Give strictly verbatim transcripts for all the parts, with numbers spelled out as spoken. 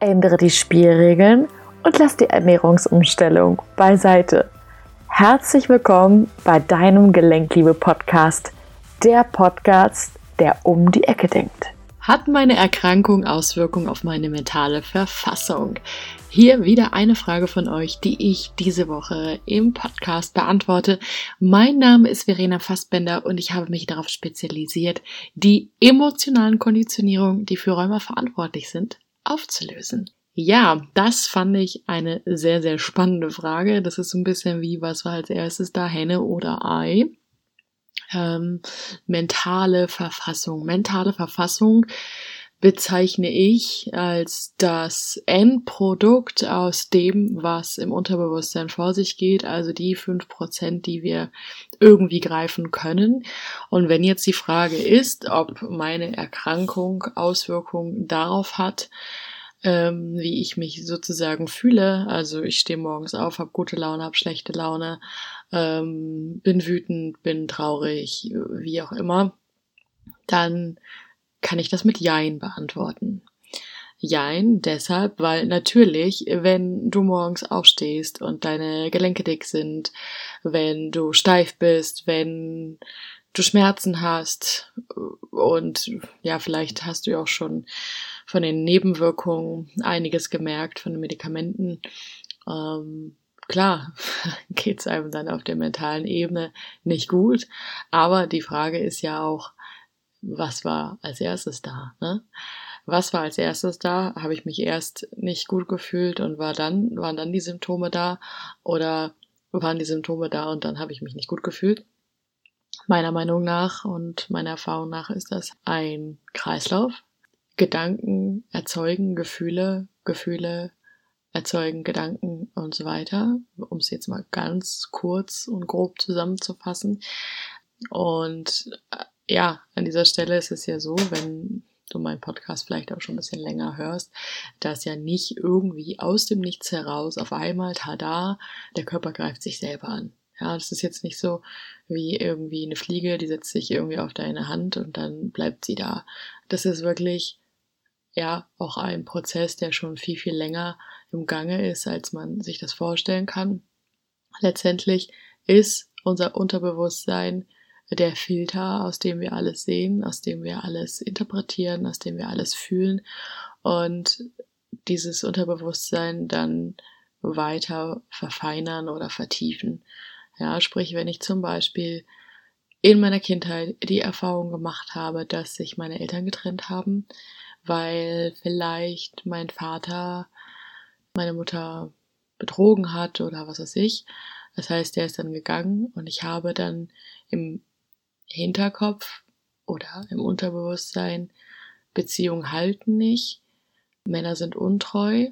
Ändere die Spielregeln und lass die Ernährungsumstellung beiseite. Herzlich willkommen bei deinem Gelenkliebe-Podcast, der Podcast, der um die Ecke denkt. Hat meine Erkrankung Auswirkungen auf meine mentale Verfassung? Hier wieder eine Frage von euch, die ich diese Woche im Podcast beantworte. Mein Name ist Verena Fassbender und ich habe mich darauf spezialisiert, die emotionalen Konditionierungen, die für Rheuma verantwortlich sind, aufzulösen. Ja, das fand ich eine sehr, sehr spannende Frage. Das ist so ein bisschen wie, was war als erstes da, Henne oder Ei? Ähm, mentale Verfassung. Mentale Verfassung bezeichne ich als das Endprodukt aus dem, was im Unterbewusstsein vor sich geht, also die fünf Prozent, die wir irgendwie greifen können. Und wenn jetzt die Frage ist, ob meine Erkrankung Auswirkungen darauf hat, ähm, wie ich mich sozusagen fühle, also ich stehe morgens auf, habe gute Laune, habe schlechte Laune, ähm, bin wütend, bin traurig, wie auch immer, dann kann ich das mit Jein beantworten. Jein deshalb, weil natürlich, wenn du morgens aufstehst und deine Gelenke dick sind, wenn du steif bist, wenn du Schmerzen hast und ja, vielleicht hast du ja auch schon von den Nebenwirkungen einiges gemerkt, von den Medikamenten, ähm, klar, geht's einem dann auf der mentalen Ebene nicht gut, aber die Frage ist ja auch, was war als erstes da, ne? Was war als erstes da? Habe ich mich erst nicht gut gefühlt und war dann, waren dann die Symptome da oder waren die Symptome da und dann habe ich mich nicht gut gefühlt? Meiner Meinung nach und meiner Erfahrung nach ist das ein Kreislauf. Gedanken erzeugen Gefühle, Gefühle erzeugen Gedanken und so weiter, um es jetzt mal ganz kurz und grob zusammenzufassen. Und ja, an dieser Stelle ist es ja so, wenn du meinen Podcast vielleicht auch schon ein bisschen länger hörst, dass ja nicht irgendwie aus dem Nichts heraus auf einmal, tada, der Körper greift sich selber an. Ja, das ist jetzt nicht so wie irgendwie eine Fliege, die setzt sich irgendwie auf deine Hand und dann bleibt sie da. Das ist wirklich, ja, auch ein Prozess, der schon viel, viel länger im Gange ist, als man sich das vorstellen kann. Letztendlich ist unser Unterbewusstsein der Filter, aus dem wir alles sehen, aus dem wir alles interpretieren, aus dem wir alles fühlen und dieses Unterbewusstsein dann weiter verfeinern oder vertiefen. Ja, sprich, wenn ich zum Beispiel in meiner Kindheit die Erfahrung gemacht habe, dass sich meine Eltern getrennt haben, weil vielleicht mein Vater meine Mutter betrogen hat oder was weiß ich. Das heißt, der ist dann gegangen und ich habe dann im Hinterkopf oder im Unterbewusstsein, Beziehungen halten nicht, Männer sind untreu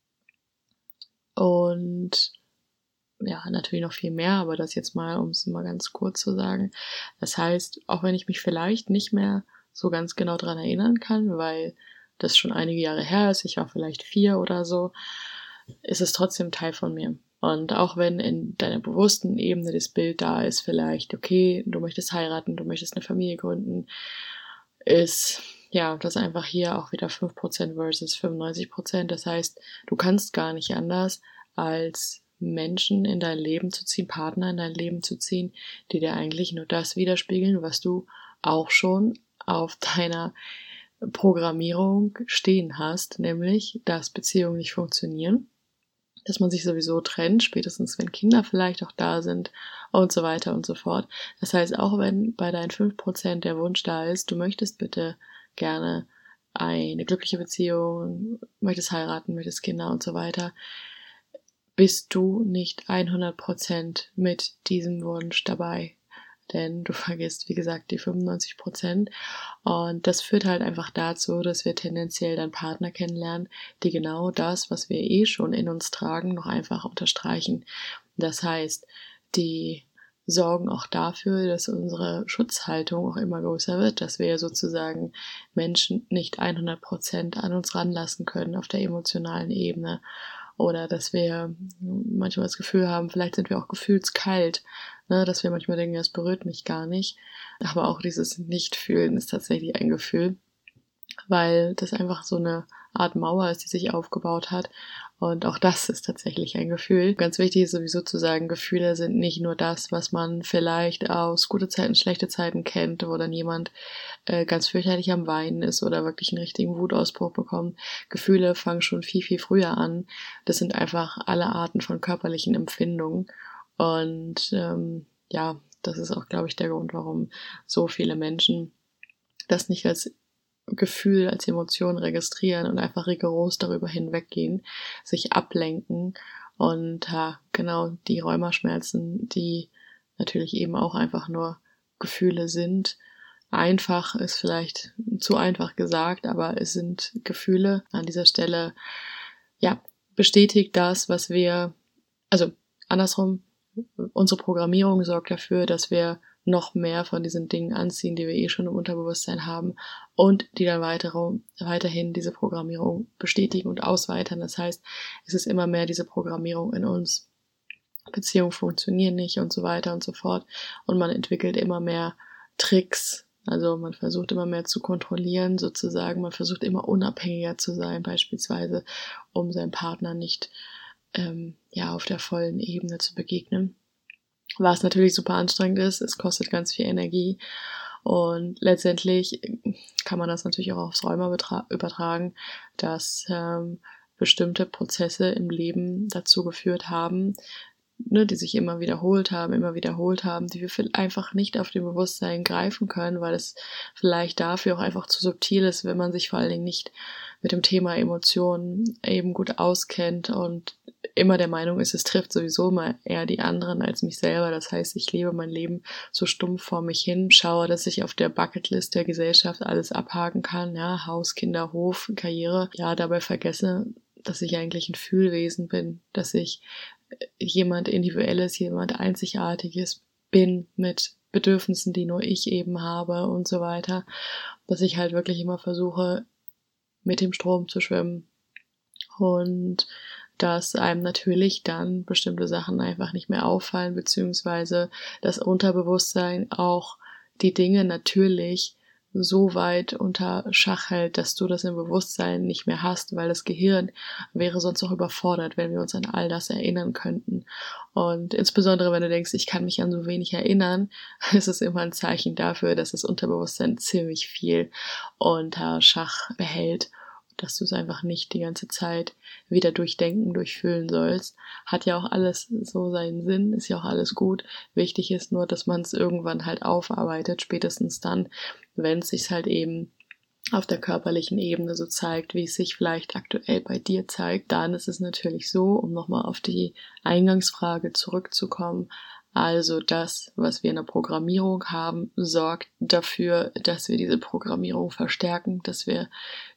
und ja, natürlich noch viel mehr, aber das jetzt mal, um es mal ganz kurz zu sagen. Das heißt, auch wenn ich mich vielleicht nicht mehr so ganz genau dran erinnern kann, weil das schon einige Jahre her ist, ich war vielleicht vier oder so, ist es trotzdem Teil von mir. Und auch wenn in deiner bewussten Ebene das Bild da ist, vielleicht, okay, du möchtest heiraten, du möchtest eine Familie gründen, ist ja das einfach hier auch wieder fünf Prozent versus fünfundneunzig Prozent. Das heißt, du kannst gar nicht anders, als Menschen in dein Leben zu ziehen, Partner in dein Leben zu ziehen, die dir eigentlich nur das widerspiegeln, was du auch schon auf deiner Programmierung stehen hast, nämlich, dass Beziehungen nicht funktionieren, dass man sich sowieso trennt, spätestens wenn Kinder vielleicht auch da sind und so weiter und so fort. Das heißt, auch wenn bei deinen fünf Prozent der Wunsch da ist, du möchtest bitte gerne eine glückliche Beziehung, möchtest heiraten, möchtest Kinder und so weiter, bist du nicht hundert Prozent mit diesem Wunsch dabei. Denn du vergisst, wie gesagt, die fünfundneunzig Prozent. Und das führt halt einfach dazu, dass wir tendenziell dann Partner kennenlernen, die genau das, was wir eh schon in uns tragen, noch einfach unterstreichen. Das heißt, die sorgen auch dafür, dass unsere Schutzhaltung auch immer größer wird, dass wir sozusagen Menschen nicht hundert Prozent an uns ranlassen können auf der emotionalen Ebene. Oder dass wir manchmal das Gefühl haben, vielleicht sind wir auch gefühlskalt, ne, dass wir manchmal denken, das berührt mich gar nicht. Aber auch dieses Nicht-Fühlen ist tatsächlich ein Gefühl. weil das einfach so eine Art Mauer ist, die sich aufgebaut hat. Und auch das ist tatsächlich ein Gefühl. Ganz wichtig ist sowieso zu sagen, Gefühle sind nicht nur das, was man vielleicht aus gute Zeiten, schlechte Zeiten kennt, wo dann jemand äh, ganz fürchterlich am Weinen ist oder wirklich einen richtigen Wutausbruch bekommt. Gefühle fangen schon viel, viel früher an. Das sind einfach alle Arten von körperlichen Empfindungen. Und ähm, ja, das ist auch, glaube ich, der Grund, warum so viele Menschen das nicht als Gefühl, als Emotion registrieren und einfach rigoros darüber hinweggehen, sich ablenken und ja, genau die Rheumaschmerzen, die natürlich eben auch einfach nur Gefühle sind. Einfach ist vielleicht zu einfach gesagt, aber es sind Gefühle. An dieser Stelle, ja, bestätigt das, was wir, also andersrum, unsere Programmierung sorgt dafür, dass wir noch mehr von diesen Dingen anziehen, die wir eh schon im Unterbewusstsein haben und die dann weitere, weiterhin diese Programmierung bestätigen und ausweitern. Das heißt, es ist immer mehr diese Programmierung in uns. Beziehungen funktionieren nicht und so weiter und so fort. Und man entwickelt immer mehr Tricks. Also man versucht immer mehr zu kontrollieren sozusagen. Man versucht immer unabhängiger zu sein beispielsweise, um seinem Partner nicht ähm, ja auf der vollen Ebene zu begegnen. Was natürlich super anstrengend ist, es kostet ganz viel Energie und letztendlich kann man das natürlich auch aufs Rheuma betra- übertragen, dass ähm, bestimmte Prozesse im Leben dazu geführt haben, ne, die sich immer wiederholt haben, immer wiederholt haben, die wir einfach nicht auf dem Bewusstsein greifen können, weil es vielleicht dafür auch einfach zu subtil ist, wenn man sich vor allen Dingen nicht mit dem Thema Emotionen eben gut auskennt und immer der Meinung ist, es trifft sowieso mal eher die anderen als mich selber. Das heißt, ich lebe mein Leben so stumpf vor mich hin, schaue, dass ich auf der Bucketlist der Gesellschaft alles abhaken kann, ja, Haus, Kinder, Hof, Karriere, ja, dabei vergesse, dass ich eigentlich ein Fühlwesen bin, dass ich jemand Individuelles, jemand Einzigartiges bin mit Bedürfnissen, die nur ich eben habe und so weiter, dass ich halt wirklich immer versuche, mit dem Strom zu schwimmen und dass einem natürlich dann bestimmte Sachen einfach nicht mehr auffallen, beziehungsweise das Unterbewusstsein auch die Dinge natürlich so weit unter Schach hält, dass du das im Bewusstsein nicht mehr hast, weil das Gehirn wäre sonst auch überfordert, wenn wir uns an all das erinnern könnten. Und insbesondere, wenn du denkst, ich kann mich an so wenig erinnern, ist es immer ein Zeichen dafür, dass das Unterbewusstsein ziemlich viel unter Schach behält, dass du es einfach nicht die ganze Zeit wieder durchdenken, durchfühlen sollst. Hat ja auch alles so seinen Sinn, ist ja auch alles gut. Wichtig ist nur, dass man es irgendwann halt aufarbeitet, spätestens dann, wenn es sich halt eben auf der körperlichen Ebene so zeigt, wie es sich vielleicht aktuell bei dir zeigt. Dann ist es natürlich so, um nochmal auf die Eingangsfrage zurückzukommen, also das, was wir in der Programmierung haben, sorgt dafür, dass wir diese Programmierung verstärken, dass wir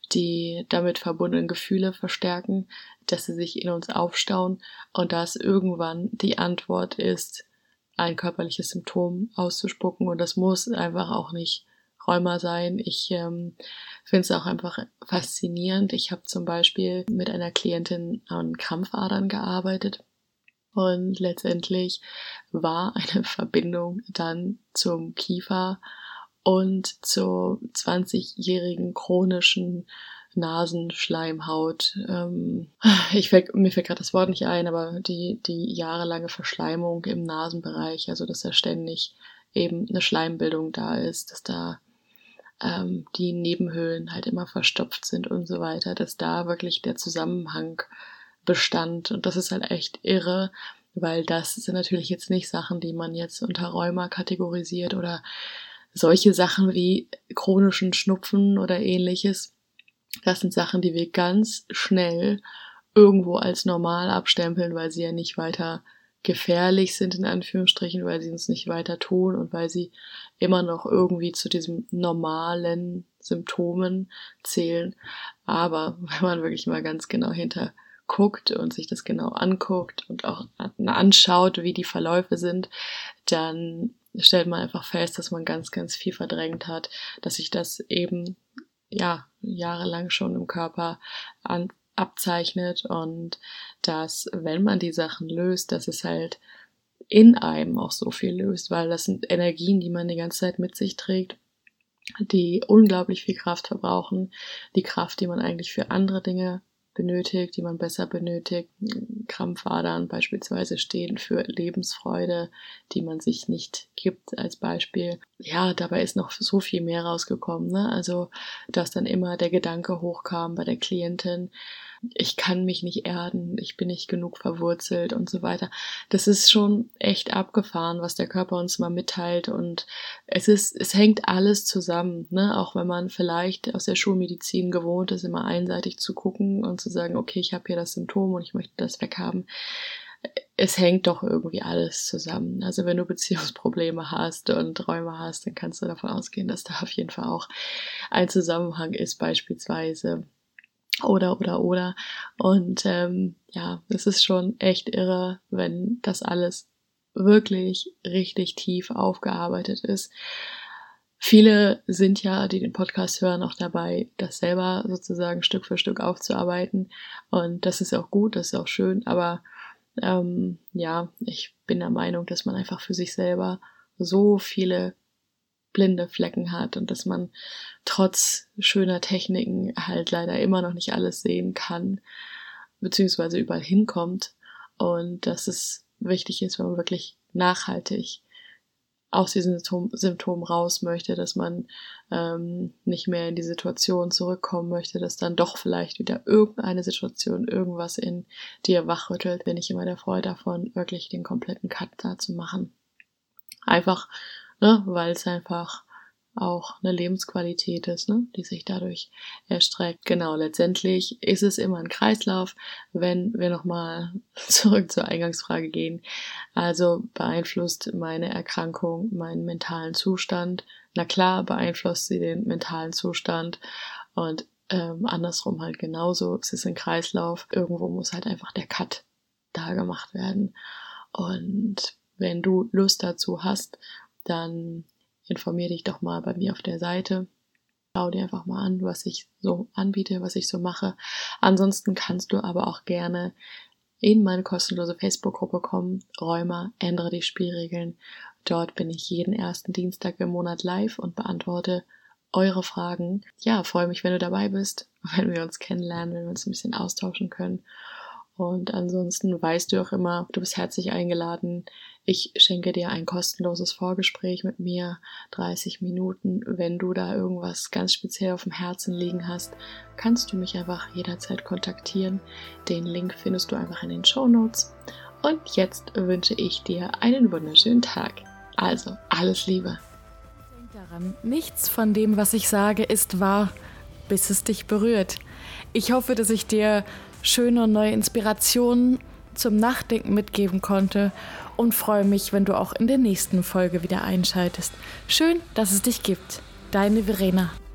die damit verbundenen Gefühle verstärken, dass sie sich in uns aufstauen und dass irgendwann die Antwort ist, ein körperliches Symptom auszuspucken. Und das muss einfach auch nicht Rheuma sein. Ich ähm, finde es auch einfach faszinierend. Ich habe zum Beispiel mit einer Klientin an Krampfadern gearbeitet. Und letztendlich war eine Verbindung dann zum Kiefer und zur zwanzigjährigen chronischen Nasenschleimhaut. Ähm, ich fällt, mir fällt gerade das Wort nicht ein, aber die, die jahrelange Verschleimung im Nasenbereich, also dass da ständig eben eine Schleimbildung da ist, dass da ähm, die Nebenhöhlen halt immer verstopft sind und so weiter, dass da wirklich der Zusammenhang bestand. Und das ist halt echt irre, weil das sind natürlich jetzt nicht Sachen, die man jetzt unter Rheuma kategorisiert oder solche Sachen wie chronischen Schnupfen oder ähnliches. Das sind Sachen, die wir ganz schnell irgendwo als normal abstempeln, weil sie ja nicht weiter gefährlich sind, in Anführungsstrichen, weil sie uns nicht weiter tun und weil sie immer noch irgendwie zu diesen normalen Symptomen zählen. Aber wenn man wirklich mal ganz genau hinter guckt und sich das genau anguckt und auch anschaut, wie die Verläufe sind, dann stellt man einfach fest, dass man ganz, ganz viel verdrängt hat, dass sich das eben, ja, jahrelang schon im Körper an, abzeichnet und dass, wenn man die Sachen löst, dass es halt in einem auch so viel löst, weil das sind Energien, die man die ganze Zeit mit sich trägt die unglaublich viel Kraft verbrauchen. Die Kraft, die man eigentlich für andere Dinge benötigt, die man besser benötigt. Krampfadern beispielsweise stehen für Lebensfreude, die man sich nicht gibt, als Beispiel. Ja, dabei ist noch so viel mehr rausgekommen, ne? Also, dass dann immer der Gedanke hochkam bei der Klientin, ich kann mich nicht erden, ich bin nicht genug verwurzelt und so weiter. Das ist schon echt abgefahren, was der Körper uns mal mitteilt, und es ist, es hängt alles zusammen, ne? Auch wenn man vielleicht aus der Schulmedizin gewohnt ist, immer einseitig zu gucken und zu sagen, okay, ich habe hier das Symptom und ich möchte das weghaben. Es hängt doch irgendwie alles zusammen. Also wenn du Beziehungsprobleme hast und Träume hast, dann kannst du davon ausgehen, dass da auf jeden Fall auch ein Zusammenhang ist, beispielsweise. Oder, oder, oder. Und ähm, ja, es ist schon echt irre, wenn das alles wirklich richtig tief aufgearbeitet ist. Viele sind ja, die den Podcast hören, auch dabei, das selber sozusagen Stück für Stück aufzuarbeiten. Und das ist auch gut, das ist auch schön. Aber ähm, ja, ich bin der Meinung, dass man einfach für sich selber so viele blinde Flecken hat und dass man trotz schöner Techniken halt leider immer noch nicht alles sehen kann, beziehungsweise überall hinkommt, und dass es wichtig ist, wenn man wirklich nachhaltig aus diesen Symptom- Symptomen raus möchte, dass man ähm, nicht mehr in die Situation zurückkommen möchte, dass dann doch vielleicht wieder irgendeine Situation, irgendwas in dir wachrüttelt, bin ich immer der Freude davon, wirklich den kompletten Cut da zu machen. Einfach Ne, weil es einfach auch eine Lebensqualität ist, ne, die sich dadurch erstreckt. Genau, letztendlich ist es immer ein Kreislauf, wenn wir nochmal zurück zur Eingangsfrage gehen. Also beeinflusst meine Erkrankung meinen mentalen Zustand? Na klar, beeinflusst sie den mentalen Zustand, und ähm, andersrum halt genauso. Es ist ein Kreislauf. Irgendwo muss halt einfach der Cut da gemacht werden. Und wenn du Lust dazu hast, dann informier dich doch mal bei mir auf der Seite. Schau dir einfach mal an, was ich so anbiete, was ich so mache. Ansonsten kannst du aber auch gerne in meine kostenlose Facebook-Gruppe kommen. Rheuma, ändere die Spielregeln. Dort bin ich jeden ersten Dienstag im Monat live und beantworte eure Fragen. Ja, freue mich, wenn du dabei bist, wenn wir uns kennenlernen, wenn wir uns ein bisschen austauschen können. Und ansonsten weißt du auch immer, du bist herzlich eingeladen. Ich schenke dir ein kostenloses Vorgespräch mit mir, dreißig Minuten. Wenn du da irgendwas ganz speziell auf dem Herzen liegen hast, kannst du mich einfach jederzeit kontaktieren. Den Link findest du einfach in den Shownotes. Und jetzt wünsche ich dir einen wunderschönen Tag. Also, alles Liebe. Denk daran, nichts von dem, was ich sage, ist wahr, bis es dich berührt. Ich hoffe, dass ich dir schöne und neue Inspirationen zum Nachdenken mitgeben konnte und freue mich, wenn du auch in der nächsten Folge wieder einschaltest. Schön, dass es dich gibt. Deine Verena.